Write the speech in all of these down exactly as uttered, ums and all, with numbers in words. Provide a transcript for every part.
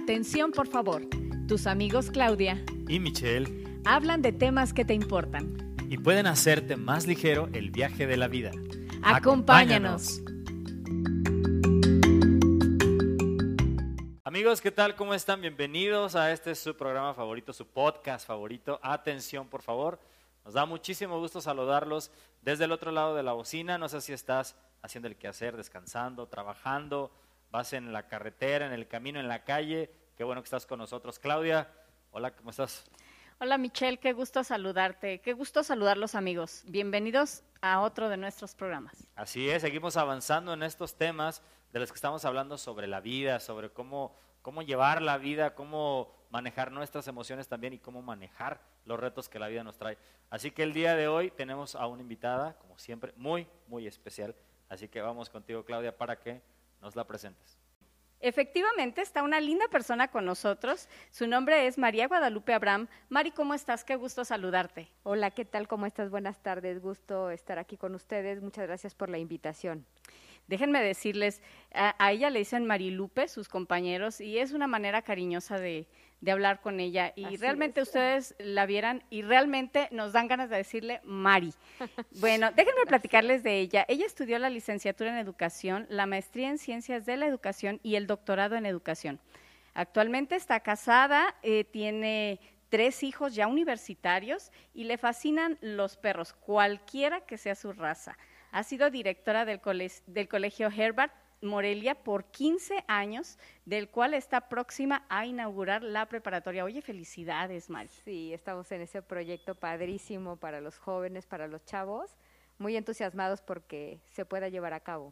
Atención, por favor. Tus amigos Claudia y Michelle hablan de temas que te importan y pueden hacerte más ligero el viaje de la vida. Acompáñanos. Amigos, ¿qué tal? ¿Cómo están? Bienvenidos a este su programa favorito, su podcast favorito. Atención, por favor. Nos da muchísimo gusto saludarlos desde el otro lado de la bocina. No sé si estás haciendo el quehacer, descansando, trabajando, vas en la carretera, en el camino, en la calle. Qué bueno que estás con nosotros. Claudia, hola, ¿cómo estás? Hola Michelle, qué gusto saludarte, qué gusto saludar los amigos. Bienvenidos a otro de nuestros programas. Así es, seguimos avanzando en estos temas de los que estamos hablando sobre la vida, sobre cómo, cómo llevar la vida, cómo manejar nuestras emociones también y cómo manejar los retos que la vida nos trae. Así que el día de hoy tenemos a una invitada, como siempre, muy, muy especial. Así que vamos contigo, Claudia, para que nos la presentes. Efectivamente, está una linda persona con nosotros. Su nombre es María Guadalupe Abraham. Mari, ¿cómo estás? Qué gusto saludarte. Hola, ¿qué tal? ¿Cómo estás? Buenas tardes. Gusto estar aquí con ustedes. Muchas gracias por la invitación. Déjenme decirles, a, a ella le dicen Marilupe, sus compañeros, y es una manera cariñosa de, de hablar con ella. Y Así realmente es. Ustedes la vieran y realmente nos dan ganas de decirle Mari. Bueno, déjenme platicarles de ella. Ella estudió la licenciatura en educación, la maestría en ciencias de la educación y el doctorado en educación. Actualmente está casada, eh, tiene tres hijos ya universitarios y le fascinan los perros, cualquiera que sea su raza. Ha sido directora del, cole, del Colegio Herbert Morelia por quince años, del cual está próxima a inaugurar la preparatoria. Oye, felicidades, Mari. Sí, estamos en ese proyecto padrísimo para los jóvenes, para los chavos, muy entusiasmados porque se pueda llevar a cabo.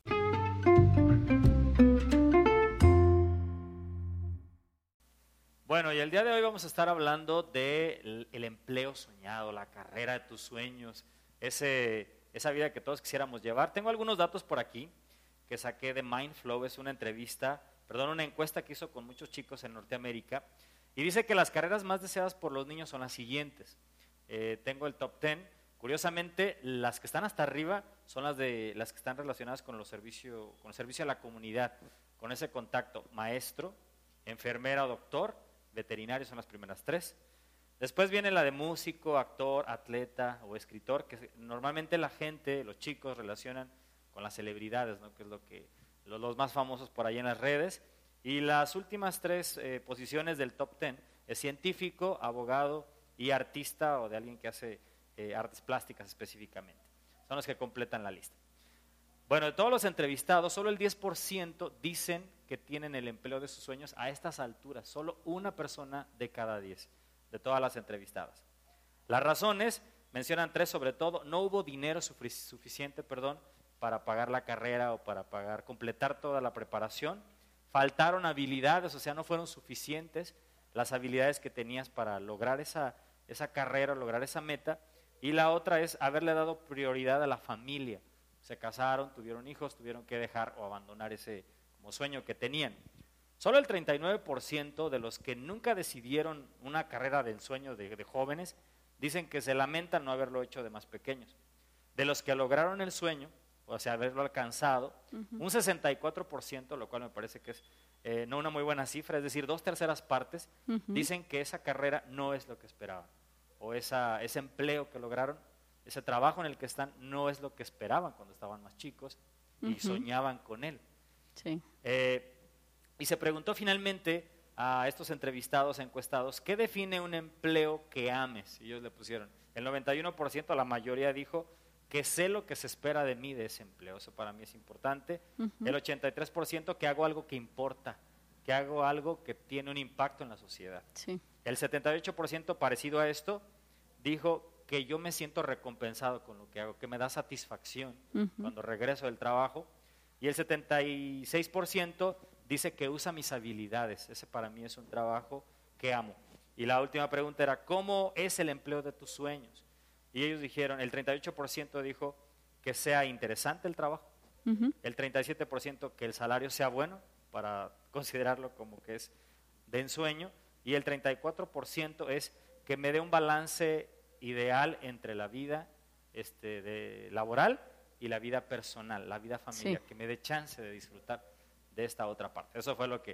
Bueno, y el día de hoy vamos a estar hablando del el empleo soñado, la carrera de tus sueños, ese... esa vida que todos quisiéramos llevar. Tengo algunos datos por aquí que saqué de Mindflow, es una entrevista, perdón, una encuesta que hizo con muchos chicos en Norteamérica, y dice que las carreras más deseadas por los niños son las siguientes. Eh, tengo el top ten, curiosamente las que están hasta arriba son las de las que están relacionadas con los servicios, con el servicio a la comunidad, con ese contacto, maestro, enfermera o doctor, veterinario son las primeras tres. Después viene la de músico, actor, atleta o escritor, que normalmente la gente, los chicos relacionan con las celebridades, ¿no? Que es lo que los, los más famosos por ahí en las redes. Y las últimas tres eh, posiciones del top ten es científico, abogado y artista o de alguien que hace eh, artes plásticas específicamente. Son los que completan la lista. Bueno, de todos los entrevistados, solo el diez por ciento dicen que tienen el empleo de sus sueños a estas alturas, solo una persona de cada diez. De todas las entrevistadas. Las razones, mencionan tres sobre todo, no hubo dinero sufic- suficiente perdón, para pagar la carrera o para pagar, completar toda la preparación, faltaron habilidades, o sea, no fueron suficientes las habilidades que tenías para lograr esa, esa carrera, lograr esa meta, y la otra es haberle dado prioridad a la familia, se casaron, tuvieron hijos, tuvieron que dejar o abandonar ese como sueño que tenían. Solo el treinta y nueve por ciento de los que nunca decidieron una carrera de ensueño de, de jóvenes dicen que se lamentan no haberlo hecho de más pequeños. De los que lograron el sueño, o sea, haberlo alcanzado, uh-huh. un sesenta y cuatro por ciento, lo cual me parece que es eh, no una muy buena cifra, es decir, dos terceras partes, uh-huh. dicen que esa carrera no es lo que esperaban, o esa, ese empleo que lograron, ese trabajo en el que están, no es lo que esperaban cuando estaban más chicos y uh-huh. soñaban con él. Sí. Eh, Y se preguntó finalmente a estos entrevistados, encuestados, ¿qué define un empleo que ames? Y ellos le pusieron, el noventa y uno por ciento, la mayoría dijo que sé lo que se espera de mí de ese empleo, eso para mí es importante. Uh-huh. El ochenta y tres por ciento que hago algo que importa, que hago algo que tiene un impacto en la sociedad. Sí. El setenta y ocho por ciento parecido a esto, dijo que yo me siento recompensado con lo que hago, que me da satisfacción uh-huh. cuando regreso del trabajo. Y el setenta y seis por ciento dice que usa mis habilidades, ese para mí es un trabajo que amo. Y la última pregunta era, ¿cómo es el empleo de tus sueños? Y ellos dijeron, el treinta y ocho por ciento dijo que sea interesante el trabajo, uh-huh. el treinta y siete por ciento que el salario sea bueno, para considerarlo como que es de ensueño, y el treinta y cuatro por ciento es que me dé un balance ideal entre la vida este, de, laboral y la vida personal, la vida familiar, sí. que me dé chance de disfrutar de esta otra parte. Eso fue lo que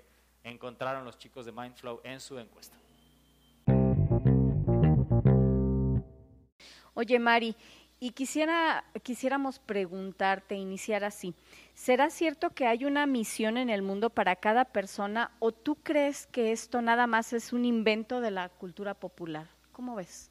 encontraron los chicos de Mindflow en su encuesta. Oye, Mari, y quisiera, quisiéramos preguntarte, iniciar así. ¿Será cierto que hay una misión en el mundo para cada persona o tú crees que esto nada más es un invento de la cultura popular? ¿Cómo ves?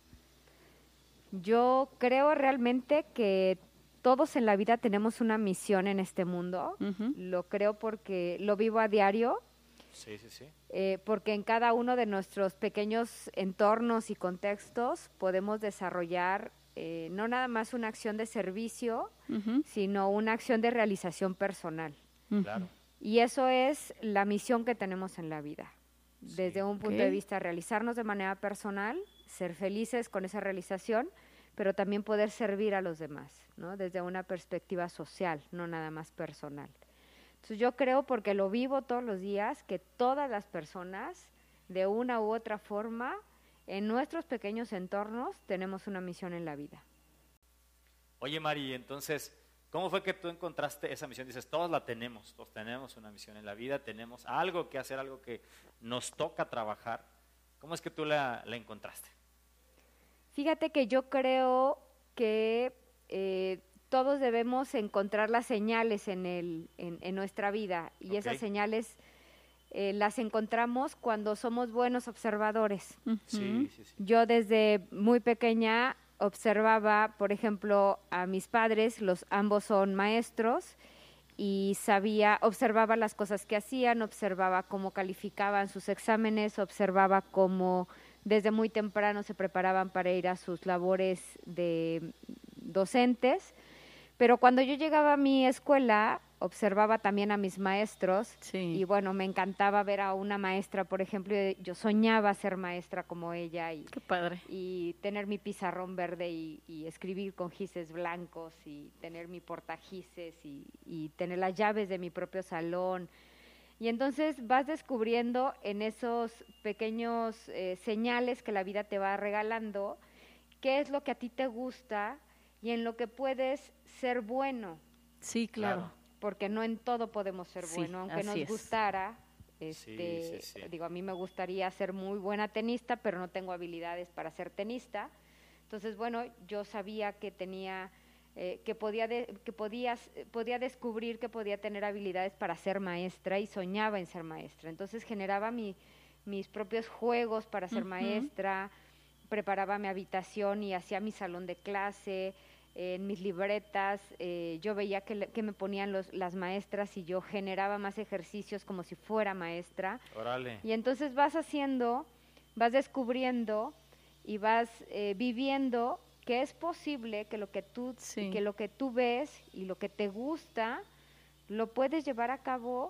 Yo creo realmente que todos en la vida tenemos una misión en este mundo. Uh-huh. Lo creo porque lo vivo a diario. Sí, sí, sí. Eh, porque en cada uno de nuestros pequeños entornos y contextos podemos desarrollar eh, no nada más una acción de servicio, Uh-huh. sino una acción de realización personal. Uh-huh. Claro. Y eso es la misión que tenemos en la vida. Desde Sí. un punto Ok. de vista, realizarnos de manera personal, ser felices con esa realización, pero también poder servir a los demás, ¿no? Desde una perspectiva social, no nada más personal. Entonces yo creo, porque lo vivo todos los días, que todas las personas, de una u otra forma, en nuestros pequeños entornos, tenemos una misión en la vida. Oye, Mari, entonces, ¿cómo fue que tú encontraste esa misión? Dices, todos la tenemos, todos tenemos una misión en la vida, tenemos algo que hacer, algo que nos toca trabajar. ¿Cómo es que tú la, la encontraste? Fíjate que yo creo que eh, todos debemos encontrar las señales en, el, en, en nuestra vida, y Ok. esas señales eh, las encontramos cuando somos buenos observadores. Uh-huh. Sí, sí, sí. Yo desde muy pequeña observaba, por ejemplo, a mis padres, los ambos son maestros, y sabía, observaba las cosas que hacían, observaba cómo calificaban sus exámenes, observaba cómo desde muy temprano se preparaban para ir a sus labores de docentes. Pero cuando yo llegaba a mi escuela, observaba también a mis maestros. Sí. Y bueno, me encantaba ver a una maestra, por ejemplo, y yo soñaba ser maestra como ella y, Qué padre. y tener mi pizarrón verde y, y escribir con gises blancos y tener mi portagises y, y tener las llaves de mi propio salón. Y entonces vas descubriendo en esos pequeños eh, señales que la vida te va regalando qué es lo que a ti te gusta y en lo que puedes ser bueno, Sí, claro. Claro. porque no en todo podemos ser Sí, bueno, aunque así nos es. gustara. Este, Sí, sí, sí. digo, a mí me gustaría ser muy buena tenista, pero no tengo habilidades para ser tenista. Entonces, bueno, yo sabía que tenía, eh, que podía, de, que podías, podía descubrir que podía tener habilidades para ser maestra y soñaba en ser maestra. Entonces generaba mi, mis propios juegos para ser Ujú. maestra, preparaba mi habitación y hacía mi salón de clase. En mis libretas eh, yo veía que, le, que me ponían los, las maestras y yo generaba más ejercicios como si fuera maestra. Órale. Y entonces vas haciendo, vas descubriendo y vas eh, viviendo que es posible que lo que tú Sí. que lo que tú ves y lo que te gusta lo puedes llevar a cabo.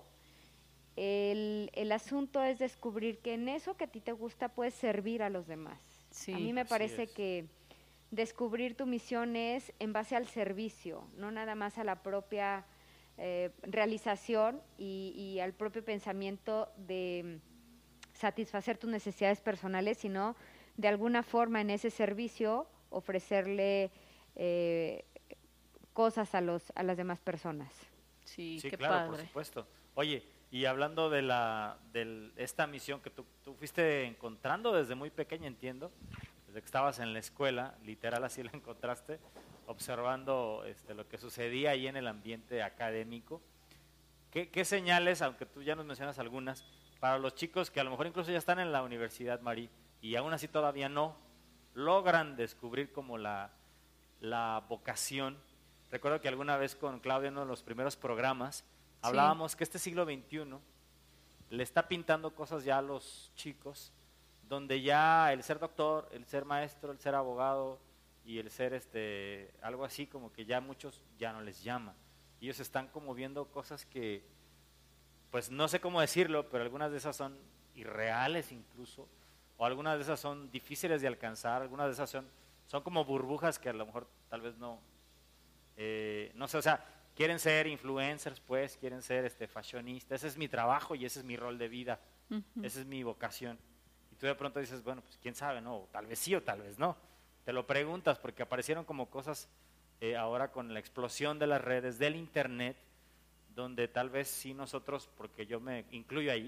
El, el asunto es descubrir que en eso que a ti te gusta puedes servir a los demás. Sí. A mí me Así parece es. que descubrir tu misión es en base al servicio, no nada más a la propia eh, realización y, y al propio pensamiento de satisfacer tus necesidades personales, sino de alguna forma en ese servicio ofrecerle eh, cosas a, los, a las demás personas. Sí, Sí, qué claro, por padre. supuesto. Oye, y hablando de la de esta misión que tú, tú fuiste encontrando desde muy pequeña, entiendo, desde que estabas en la escuela, literal así la encontraste, observando este, lo que sucedía ahí en el ambiente académico. ¿Qué, qué señales, aunque tú ya nos mencionas algunas, para los chicos que a lo mejor incluso ya están en la universidad, Mari, y aún así todavía no logran descubrir como la, la vocación? Recuerdo que alguna vez con Claudia, en uno de los primeros programas, hablábamos que este siglo veintiuno le está pintando cosas ya a los chicos, donde ya el ser doctor, el ser maestro, el ser abogado y el ser este algo así, como que ya muchos ya no les llama. Ellos están como viendo cosas que, pues no sé cómo decirlo, pero algunas de esas son irreales incluso, o algunas de esas son difíciles de alcanzar, algunas de esas son, son como burbujas que a lo mejor tal vez no, eh, no sé, o sea, quieren ser influencers, pues, quieren ser este fashionistas, ese es mi trabajo y ese es mi rol de vida, Ujú. esa es mi vocación. Y tú de pronto dices, bueno, pues quién sabe, ¿no? O tal vez sí o tal vez no. Te lo preguntas porque aparecieron como cosas eh, ahora con la explosión de las redes, del internet, donde tal vez sí nosotros, porque yo me incluyo ahí,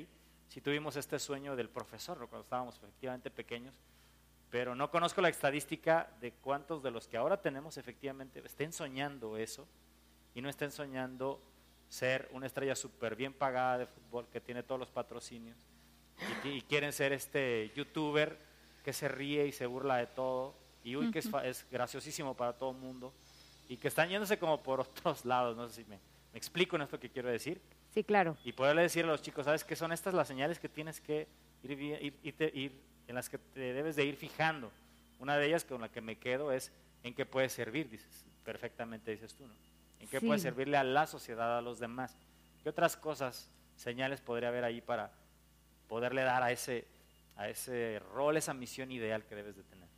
sí tuvimos este sueño del profesor, ¿no? Cuando estábamos efectivamente pequeños, pero no conozco la estadística de cuántos de los que ahora tenemos efectivamente estén soñando eso y no estén soñando ser una estrella súper bien pagada de fútbol que tiene todos los patrocinios y, y quieren ser este youtuber que se ríe y se burla de todo y uy, uh-huh. que es, es graciosísimo para todo el mundo y que están yéndose como por otros lados, no sé si me, me explico en esto que quiero decir. Sí, claro. Y poderle decir a los chicos, ¿sabes qué son estas las señales que tienes que ir, ir, ir, ir en las que te debes de ir fijando? Una de ellas con la que me quedo es en qué puede servir, dices, perfectamente dices tú, ¿no? En qué sí. puede servirle a la sociedad, a los demás. ¿Qué otras cosas, señales podría haber ahí para poderle dar a ese, a ese rol, esa misión ideal que debes de tener?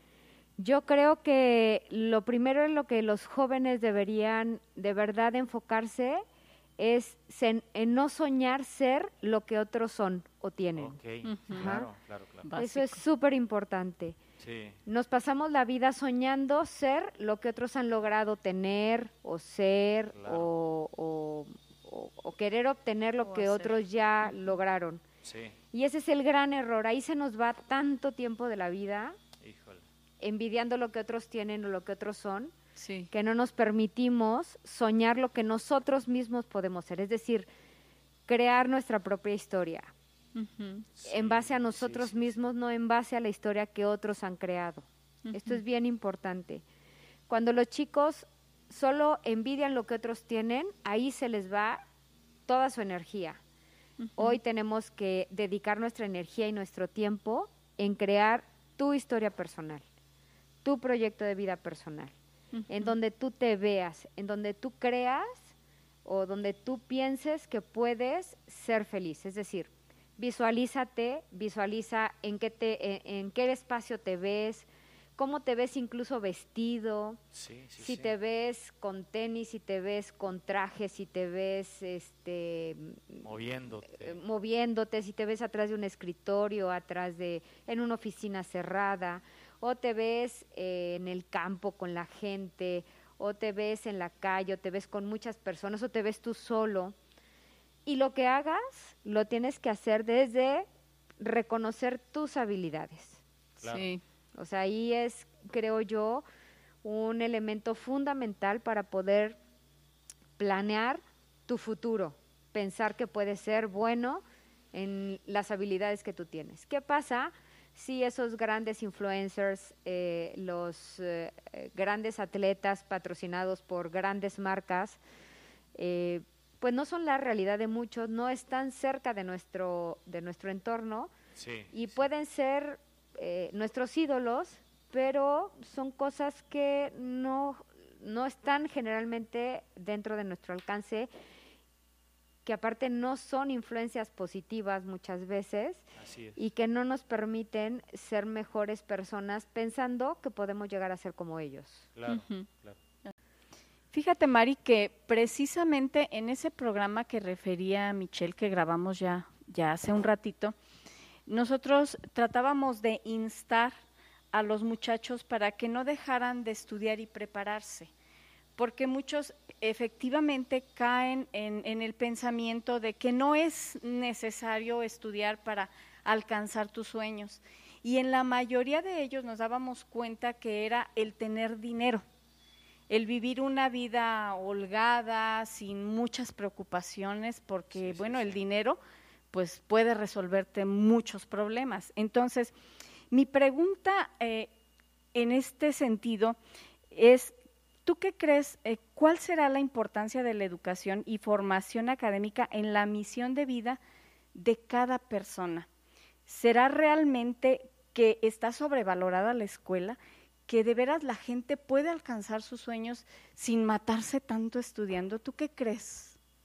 Yo creo que lo primero en lo que los jóvenes deberían de verdad enfocarse es en, en no soñar ser lo que otros son o tienen. Okay. Uh-huh. Claro, claro, claro. Básico. Eso es súper importante. Sí. Nos pasamos la vida soñando ser lo que otros han logrado tener o ser claro. o, o, o, o querer obtener lo o que hacer. Otros ya uh-huh. lograron. Sí. Y ese es el gran error. Ahí se nos va tanto tiempo de la vida Híjole. envidiando lo que otros tienen o lo que otros son. Sí. Que no nos permitimos soñar lo que nosotros mismos podemos ser, es decir, crear nuestra propia historia, uh-huh. sí, en base a nosotros sí, sí, mismos, sí. no en base a la historia que otros han creado. Uh-huh. Esto es bien importante. Cuando los chicos solo envidian lo que otros tienen, ahí se les va toda su energía. Uh-huh. Hoy tenemos que dedicar nuestra energía y nuestro tiempo en crear tu historia personal, tu proyecto de vida personal. Uh-huh. En donde tú te veas, en donde tú creas o donde tú pienses que puedes ser feliz. Es decir, visualízate, visualiza en qué, te, en, en qué espacio te ves, cómo te ves incluso vestido, sí, sí, si sí. te ves con tenis, si te ves con traje, si te ves este, moviéndote. Eh, moviéndote, si te ves atrás de un escritorio, atrás de, en una oficina cerrada, o te ves eh, en el campo con la gente, o te ves en la calle, o te ves con muchas personas, o te ves tú solo. Y lo que hagas, lo tienes que hacer desde reconocer tus habilidades. Claro. Sí. O sea, ahí es, creo yo, un elemento fundamental para poder planear tu futuro, pensar que puedes ser bueno en las habilidades que tú tienes. ¿Qué pasa si esos grandes influencers, eh, los eh, grandes atletas patrocinados por grandes marcas, eh, pues no son la realidad de muchos, no están cerca de nuestro, de nuestro entorno sí, y sí. pueden ser eh, nuestros ídolos, pero son cosas que no, no están generalmente dentro de nuestro alcance, que aparte no son influencias positivas muchas veces. Así es. Y que no nos permiten ser mejores personas pensando que podemos llegar a ser como ellos. Claro, uh-huh. claro. Fíjate, Mari, que precisamente en ese programa que refería Michelle, que grabamos ya, ya hace un ratito, nosotros tratábamos de instar a los muchachos para que no dejaran de estudiar y prepararse, porque muchos efectivamente caen en, en el pensamiento de que no es necesario estudiar para alcanzar tus sueños. Y en la mayoría de ellos nos dábamos cuenta que era el tener dinero, el vivir una vida holgada, sin muchas preocupaciones, porque, sí, bueno, sí, el sí. dinero pues puede resolverte muchos problemas. Entonces, mi pregunta eh, en este sentido es, ¿tú qué crees? Eh, ¿Cuál será la importancia de la educación y formación académica en la misión de vida de cada persona? ¿Será realmente que está sobrevalorada la escuela? ¿Que de veras la gente puede alcanzar sus sueños sin matarse tanto estudiando? ¿Tú qué crees?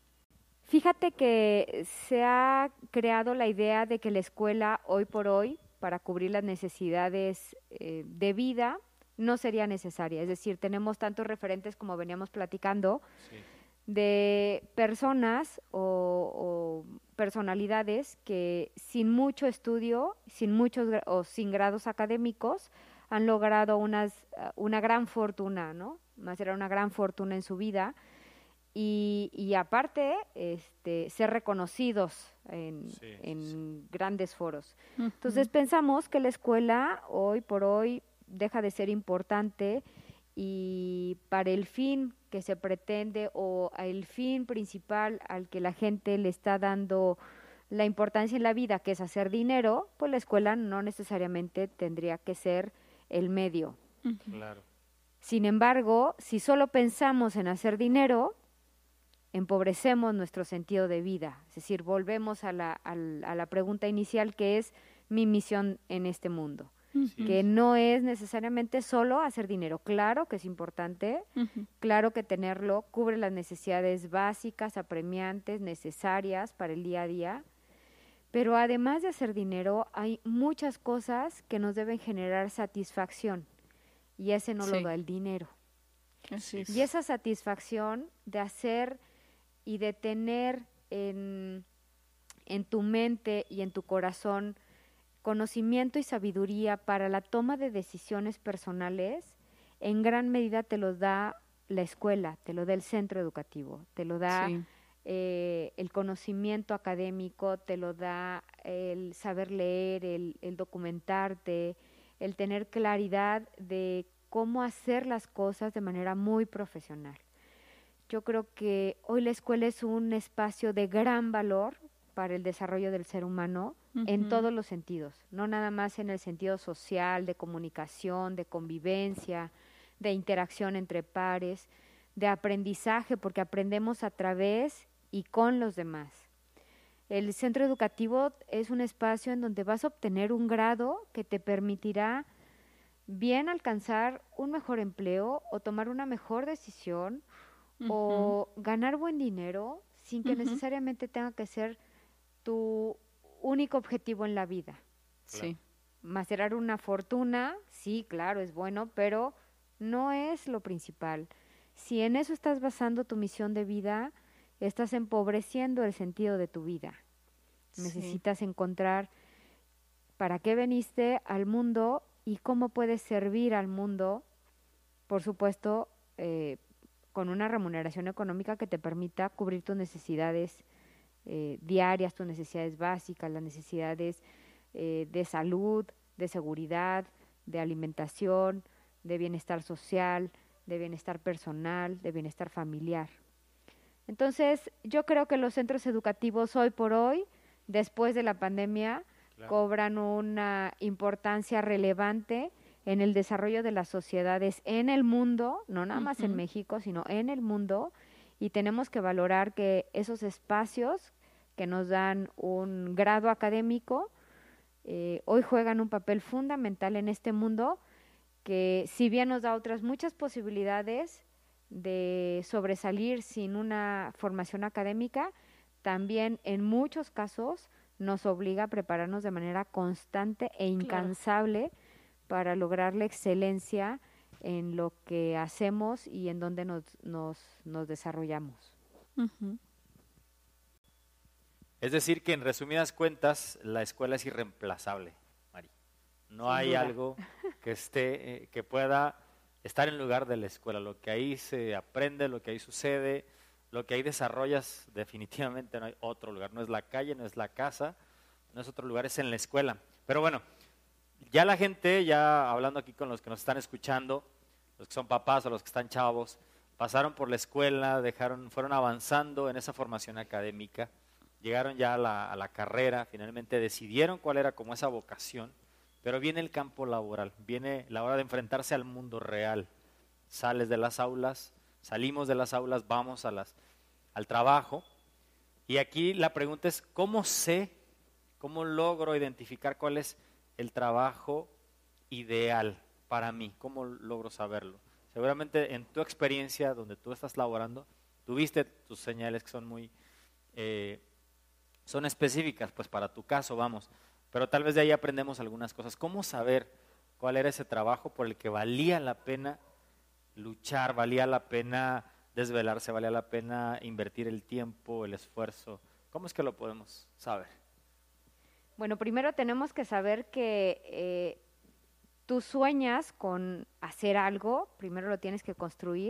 Fíjate que se ha creado la idea de que la escuela hoy por hoy, para cubrir las necesidades eh, de vida, no sería necesaria. Es decir, tenemos tantos referentes, como veníamos platicando, Sí. de personas o, o personalidades que sin mucho estudio, sin muchos gra- o sin grados académicos, han logrado unas, uh, una gran fortuna, ¿no? Más era una gran fortuna en su vida. y, y aparte este, ser reconocidos en, Sí, sí, en sí. grandes foros. Ujú. Entonces pensamos que la escuela hoy por hoy deja de ser importante y para el fin que se pretende o el fin principal al que la gente le está dando la importancia en la vida, que es hacer dinero, pues la escuela no necesariamente tendría que ser el medio. Claro. Sin embargo, si solo pensamos en hacer dinero, empobrecemos nuestro sentido de vida. Es decir, volvemos a la, a la, a la pregunta inicial, que es mi misión en este mundo. Así Que es. no es necesariamente solo hacer dinero. Claro que es importante, Ujú. claro que tenerlo cubre las necesidades básicas, apremiantes, necesarias para el día a día, pero además de hacer dinero, hay muchas cosas que nos deben generar satisfacción y ese no lo Sí. da el dinero. Así es. Y esa satisfacción de hacer y de tener en, en tu mente y en tu corazón conocimiento y sabiduría para la toma de decisiones personales, en gran medida te lo da la escuela, te lo da el centro educativo, te lo da Sí. eh, el conocimiento académico, te lo da el saber leer, el, el documentarte, el tener claridad de cómo hacer las cosas de manera muy profesional. Yo creo que hoy la escuela es un espacio de gran valor para el desarrollo del ser humano en Ujú. todos los sentidos, no nada más en el sentido social, de comunicación, de convivencia, de interacción entre pares, de aprendizaje, porque aprendemos a través y con los demás. El centro educativo es un espacio en donde vas a obtener un grado que te permitirá bien alcanzar un mejor empleo o tomar una mejor decisión Ujú. o ganar buen dinero sin que Ujú. necesariamente tenga que ser tu único objetivo en la vida. Sí. Macerar una fortuna, sí, claro, es bueno, pero no es lo principal. Si en eso estás basando tu misión de vida, estás empobreciendo el sentido de tu vida. Sí. Necesitas encontrar para qué veniste al mundo y cómo puedes servir al mundo, por supuesto, eh, con una remuneración económica que te permita cubrir tus necesidades eh, diarias, tus necesidades básicas, las necesidades eh, de salud, de seguridad, de alimentación, de bienestar social, de bienestar personal, de bienestar familiar. Entonces, yo creo que los centros educativos hoy por hoy, después de la pandemia, Claro. cobran una importancia relevante en el desarrollo de las sociedades en el mundo, no nada más en Ujú. México, sino en el mundo, y tenemos que valorar que esos espacios que nos dan un grado académico, eh, hoy juegan un papel fundamental en este mundo que si bien nos da otras muchas posibilidades de sobresalir sin una formación académica, también en muchos casos nos obliga a prepararnos de manera constante e incansable para lograr la excelencia en lo que hacemos y en donde nos, nos, nos desarrollamos. Ujú. Es decir, que en resumidas cuentas, la escuela es irreemplazable, Mari. No Sin hay duda. algo que esté, eh, que pueda estar en lugar de la escuela. Lo que ahí se aprende, lo que ahí sucede, lo que ahí desarrollas, definitivamente no hay otro lugar. No es la calle, no es la casa, no es otro lugar, es en la escuela. Pero bueno, ya la gente, ya hablando aquí con los que nos están escuchando, los que son papás o los que están chavos, pasaron por la escuela, dejaron, fueron avanzando en esa formación académica, llegaron ya a la, a la carrera, finalmente decidieron cuál era como esa vocación, pero viene el campo laboral, viene la hora de enfrentarse al mundo real. Sales de las aulas, salimos de las aulas, vamos a las, al trabajo, y aquí la pregunta es, ¿cómo sé, cómo logro identificar cuál es el trabajo ideal para mí? ¿Cómo logro saberlo? Seguramente en tu experiencia, donde tú estás laborando, tuviste tus señales que son muy, eh, son específicas, pues para tu caso, vamos, pero tal vez de ahí aprendemos algunas cosas. ¿Cómo saber cuál era ese trabajo por el que valía la pena luchar, valía la pena desvelarse, valía la pena invertir el tiempo, el esfuerzo? ¿Cómo es que lo podemos saber? Bueno, primero tenemos que saber que eh, tú sueñas con hacer algo, primero lo tienes que construir,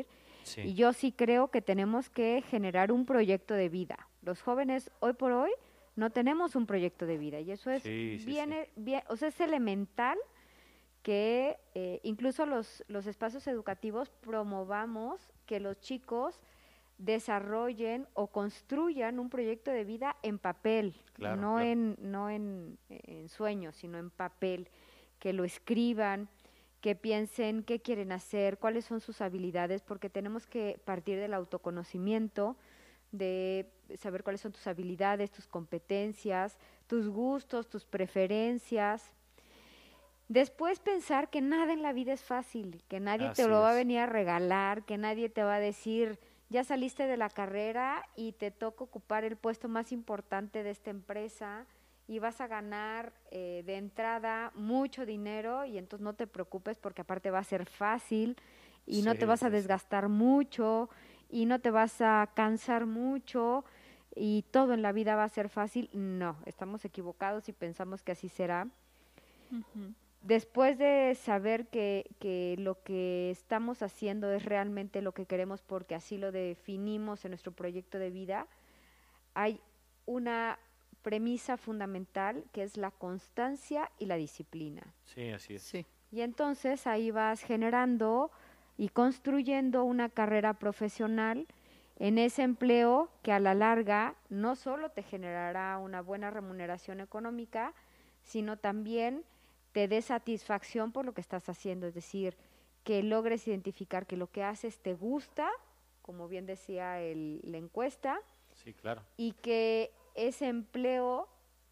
Sí. Y yo sí creo que tenemos que generar un proyecto de vida. Los jóvenes hoy por hoy no tenemos un proyecto de vida y eso es Sí, sí, viene bien, o sea, es elemental que eh, incluso los, los espacios educativos promovamos que los chicos desarrollen o construyan un proyecto de vida en papel, Claro, no claro. en no en, en sueños, sino en papel, que lo escriban, que piensen qué quieren hacer, cuáles son sus habilidades, porque tenemos que partir del autoconocimiento, de saber cuáles son tus habilidades, tus competencias, tus gustos, tus preferencias. Después pensar que nada en la vida es fácil, que nadie Así te lo va a es. venir a regalar, que nadie te va a decir, ya saliste de la carrera y te toca ocupar el puesto más importante de esta empresa y vas a ganar eh, de entrada mucho dinero y entonces no te preocupes porque aparte va a ser fácil y no Sí, te vas a sí, sí. desgastar mucho y no te vas a cansar mucho y todo en la vida va a ser fácil. No, estamos equivocados y pensamos que así será. Ujú. Después de saber que, que lo que estamos haciendo es realmente lo que queremos porque así lo definimos en nuestro proyecto de vida, hay una premisa fundamental que es la constancia y la disciplina. Sí, así es. Sí. Y entonces ahí vas generando y construyendo una carrera profesional en ese empleo que a la larga no solo te generará una buena remuneración económica, sino también te dé satisfacción por lo que estás haciendo, es decir, que logres identificar que lo que haces te gusta, como bien decía el, la encuesta, Sí, claro. y que ese empleo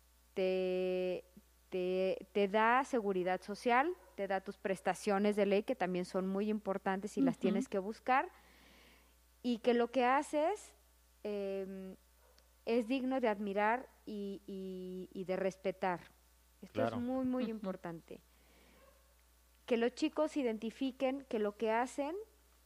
te, te, te da seguridad social, te da tus prestaciones de ley, que también son muy importantes y las Ujú. tienes que buscar, y que lo que haces eh, es digno de admirar y, y, y de respetar. Esto Claro. es muy, muy Ujú. importante. Que los chicos identifiquen que lo que hacen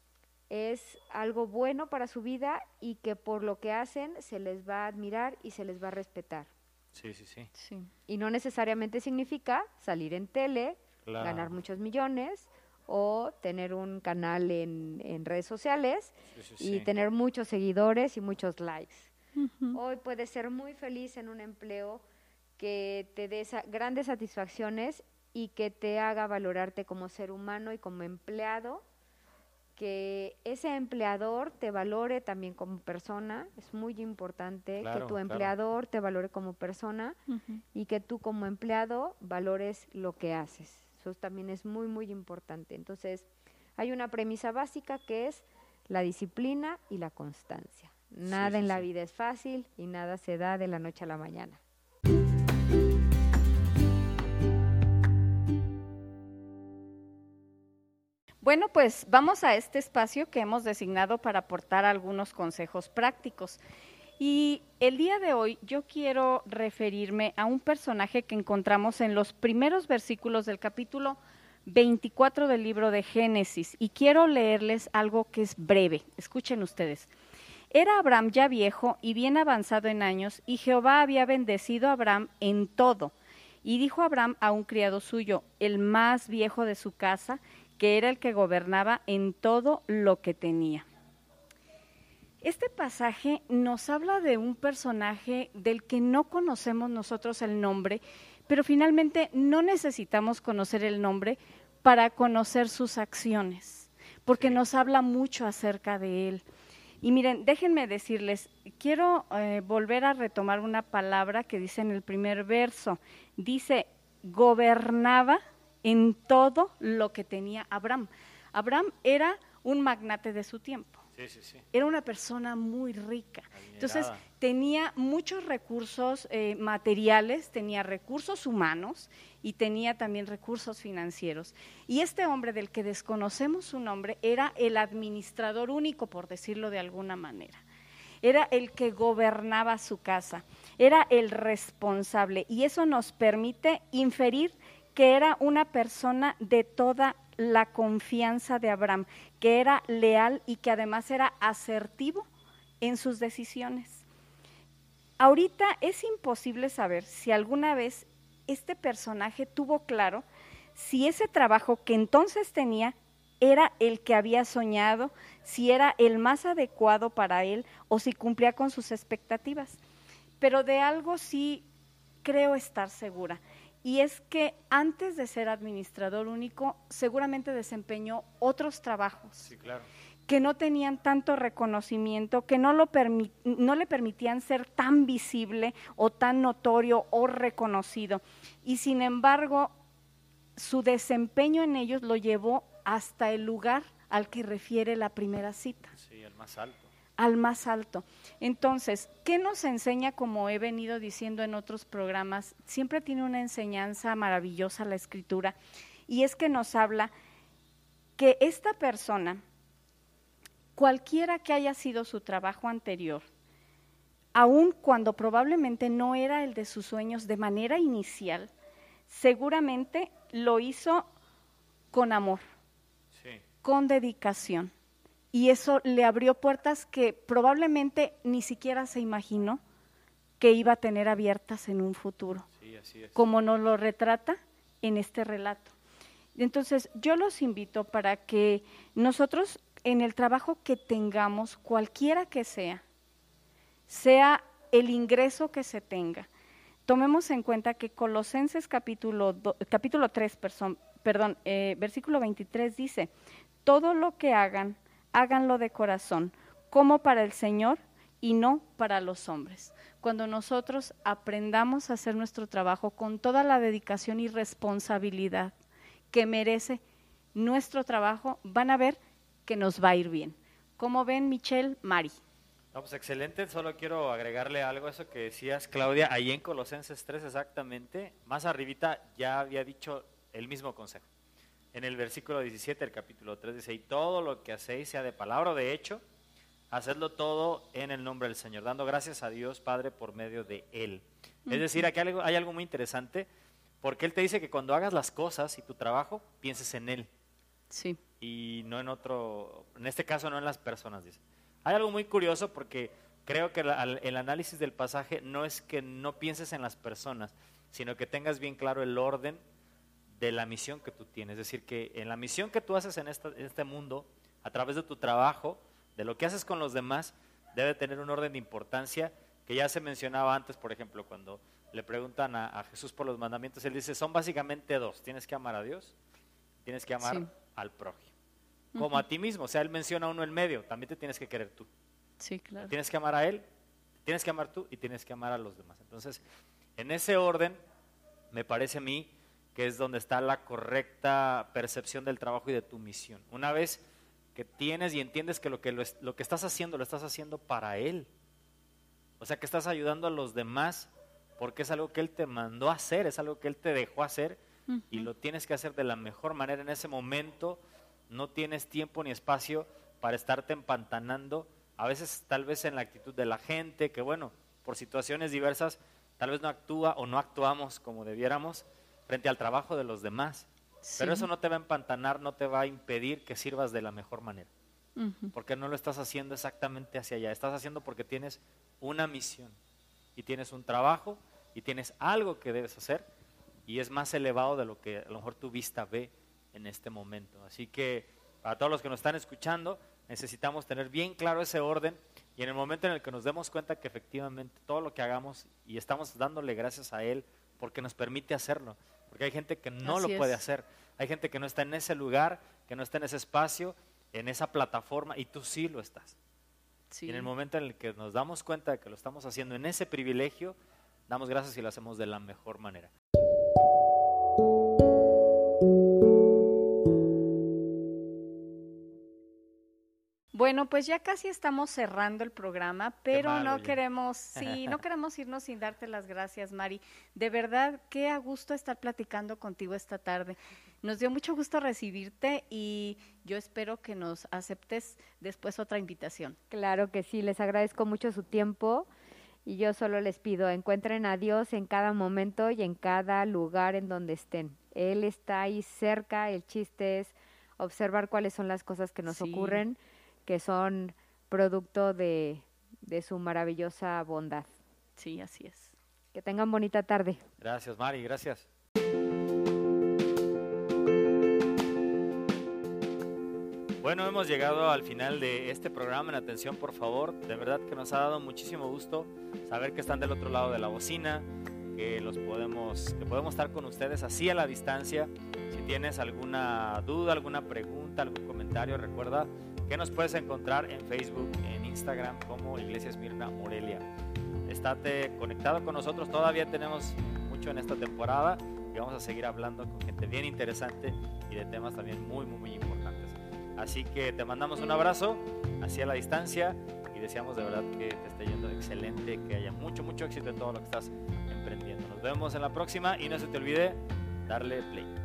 es algo bueno para su vida y que por lo que hacen se les va a admirar y se les va a respetar. Sí, sí, sí. Sí. Y no necesariamente significa salir en tele, Claro. ganar muchos millones o tener un canal en, en redes sociales Sí, sí, y sí. tener muchos seguidores y muchos likes. Ujú. Hoy puedes ser muy feliz en un empleo que te dé sa- grandes satisfacciones y que te haga valorarte como ser humano y como empleado, que ese empleador te valore también como persona, es muy importante Claro, que tu claro. empleador te valore como persona Ujú. y que tú como empleado valores lo que haces. Eso también es muy, muy importante. Entonces, hay una premisa básica que es la disciplina y la constancia. Nada Sí, sí, en la sí. vida es fácil y nada se da de la noche a la mañana. Bueno, pues vamos a este espacio que hemos designado para aportar algunos consejos prácticos. Y el día de hoy yo quiero referirme a un personaje que encontramos en los primeros versículos del capítulo veinticuatro del libro de Génesis y quiero leerles algo que es breve. Escuchen ustedes. Era Abraham ya viejo y bien avanzado en años y Jehová había bendecido a Abraham en todo. Y dijo Abraham a un criado suyo, el más viejo de su casa, que era el que gobernaba en todo lo que tenía. Este pasaje nos habla de un personaje del que no conocemos nosotros el nombre, pero finalmente no necesitamos conocer el nombre para conocer sus acciones, porque Sí. nos habla mucho acerca de él. Y miren, déjenme decirles, quiero eh, volver a retomar una palabra que dice en el primer verso. Dice, gobernaba en todo lo que tenía Abraham. Abraham era un magnate de su tiempo. Sí, sí, sí. Era una persona muy rica. Entonces, Adinerada. tenía muchos recursos eh, materiales, tenía recursos humanos y tenía también recursos financieros. Y este hombre del que desconocemos su nombre era el administrador único, por decirlo de alguna manera. Era el que gobernaba su casa, era el responsable y eso nos permite inferir que era una persona de toda la confianza de Abraham, que era leal y que además era asertivo en sus decisiones. Ahorita es imposible saber si alguna vez este personaje tuvo claro si ese trabajo que entonces tenía era el que había soñado, si era el más adecuado para él o si cumplía con sus expectativas. Pero de algo sí creo estar segura, y es que antes de ser administrador único, seguramente desempeñó otros trabajos. Sí, claro. Que no tenían tanto reconocimiento, que no, lo permi- no le permitían ser tan visible o tan notorio o reconocido. Y sin embargo, su desempeño en ellos lo llevó hasta el lugar al que refiere la primera cita. Sí, el más alto. Al más alto. Entonces, ¿qué nos enseña? Como he venido diciendo en otros programas, siempre tiene una enseñanza maravillosa la Escritura, y es que nos habla que esta persona, cualquiera que haya sido su trabajo anterior, aun cuando probablemente no era el de sus sueños de manera inicial, seguramente lo hizo con amor, Sí. con dedicación, y eso le abrió puertas que probablemente ni siquiera se imaginó que iba a tener abiertas en un futuro, Sí, así es. como nos lo retrata en este relato. Entonces, yo los invito para que nosotros, en el trabajo que tengamos, cualquiera que sea, sea el ingreso que se tenga, tomemos en cuenta que Colosenses capítulo, do, capítulo tres, perdón, perdón eh, versículo veintitrés dice, todo lo que hagan, háganlo de corazón, como para el Señor y no para los hombres. Cuando nosotros aprendamos a hacer nuestro trabajo con toda la dedicación y responsabilidad que merece nuestro trabajo, van a ver que nos va a ir bien. ¿Cómo ven, Michelle, Mari? No, pues excelente, solo quiero agregarle algo a eso que decías, Claudia, ahí en Colosenses tres exactamente, más arribita ya había dicho el mismo consejo. En el versículo diecisiete del capítulo tres dice, y todo lo que hacéis, sea de palabra o de hecho, hacedlo todo en el nombre del Señor, dando gracias a Dios Padre por medio de Él. Uh-huh. Es decir, aquí hay algo, hay algo muy interesante, porque Él te dice que cuando hagas las cosas y tu trabajo, pienses en Él. Sí. Y no en otro, en este caso no en las personas, dice. Hay algo muy curioso porque creo que la, el análisis del pasaje no es que no pienses en las personas, sino que tengas bien claro el orden de la misión que tú tienes. Es decir, que en la misión que tú haces en, esta, en este mundo, a través de tu trabajo, de lo que haces con los demás, debe tener un orden de importancia que ya se mencionaba antes. Por ejemplo, cuando le preguntan a, a Jesús por los mandamientos, él dice, son básicamente dos, tienes que amar a Dios, tienes que amar sí. al prójimo, como uh-huh. a ti mismo. O sea, él menciona uno en medio, también te tienes que querer tú. Sí, claro. Tienes que amar a él, tienes que amar tú y tienes que amar a los demás. Entonces, en ese orden, me parece a mí que es donde está la correcta percepción del trabajo y de tu misión. Una vez que tienes y entiendes que lo que, lo, es, lo que estás haciendo, lo estás haciendo para Él. O sea, que estás ayudando a los demás porque es algo que Él te mandó a hacer, es algo que Él te dejó hacer uh-huh. y lo tienes que hacer de la mejor manera en ese momento. No tienes tiempo ni espacio para estarte empantanando, a veces tal vez en la actitud de la gente, que bueno, por situaciones diversas, tal vez no actúa o no actuamos como debiéramos frente al trabajo de los demás. Sí. Pero eso no te va a empantanar, no te va a impedir que sirvas de la mejor manera. Uh-huh. Porque no lo estás haciendo exactamente hacia allá, estás haciendo porque tienes una misión y tienes un trabajo y tienes algo que debes hacer y es más elevado de lo que a lo mejor tu vista ve en este momento. Así que para todos los que nos están escuchando, necesitamos tener bien claro ese orden y en el momento en el que nos demos cuenta que efectivamente todo lo que hagamos y estamos dándole gracias a Él porque nos permite hacerlo, porque hay gente que no Así lo puede es. hacer, hay gente que no está en ese lugar, que no está en ese espacio, en esa plataforma y tú sí lo estás. Sí. Y en el momento en el que nos damos cuenta de que lo estamos haciendo en ese privilegio, damos gracias y lo hacemos de la mejor manera. Bueno, pues ya casi estamos cerrando el programa, pero malo, no ya. queremos, sí, no queremos irnos sin darte las gracias, Mari. De verdad, qué a gusto estar platicando contigo esta tarde. Nos dio mucho gusto recibirte y yo espero que nos aceptes después otra invitación. Claro que sí, les agradezco mucho su tiempo y yo solo les pido, encuentren a Dios en cada momento y en cada lugar en donde estén. Él está ahí cerca, el chiste es observar cuáles son las cosas que nos sí. ocurren, que son producto de, de su maravillosa bondad. Sí, así es. Que tengan bonita tarde. Gracias, Mari, gracias. Bueno, hemos llegado al final de este programa en Atención, por favor. De verdad que nos ha dado muchísimo gusto saber que están del otro lado de la bocina, que los podemos, que podemos estar con ustedes así a la distancia. Si tienes alguna duda, alguna pregunta, algún comentario, recuerda que nos puedes encontrar en Facebook, en Instagram como Iglesia Esmirna Morelia. Estate conectado con nosotros, todavía tenemos mucho en esta temporada y vamos a seguir hablando con gente bien interesante y de temas también muy, muy, muy importantes. Así que te mandamos un abrazo hacia la distancia y deseamos de verdad que te esté yendo excelente, que haya mucho, mucho éxito en todo lo que estás emprendiendo. Nos vemos en la próxima y no se te olvide darle play.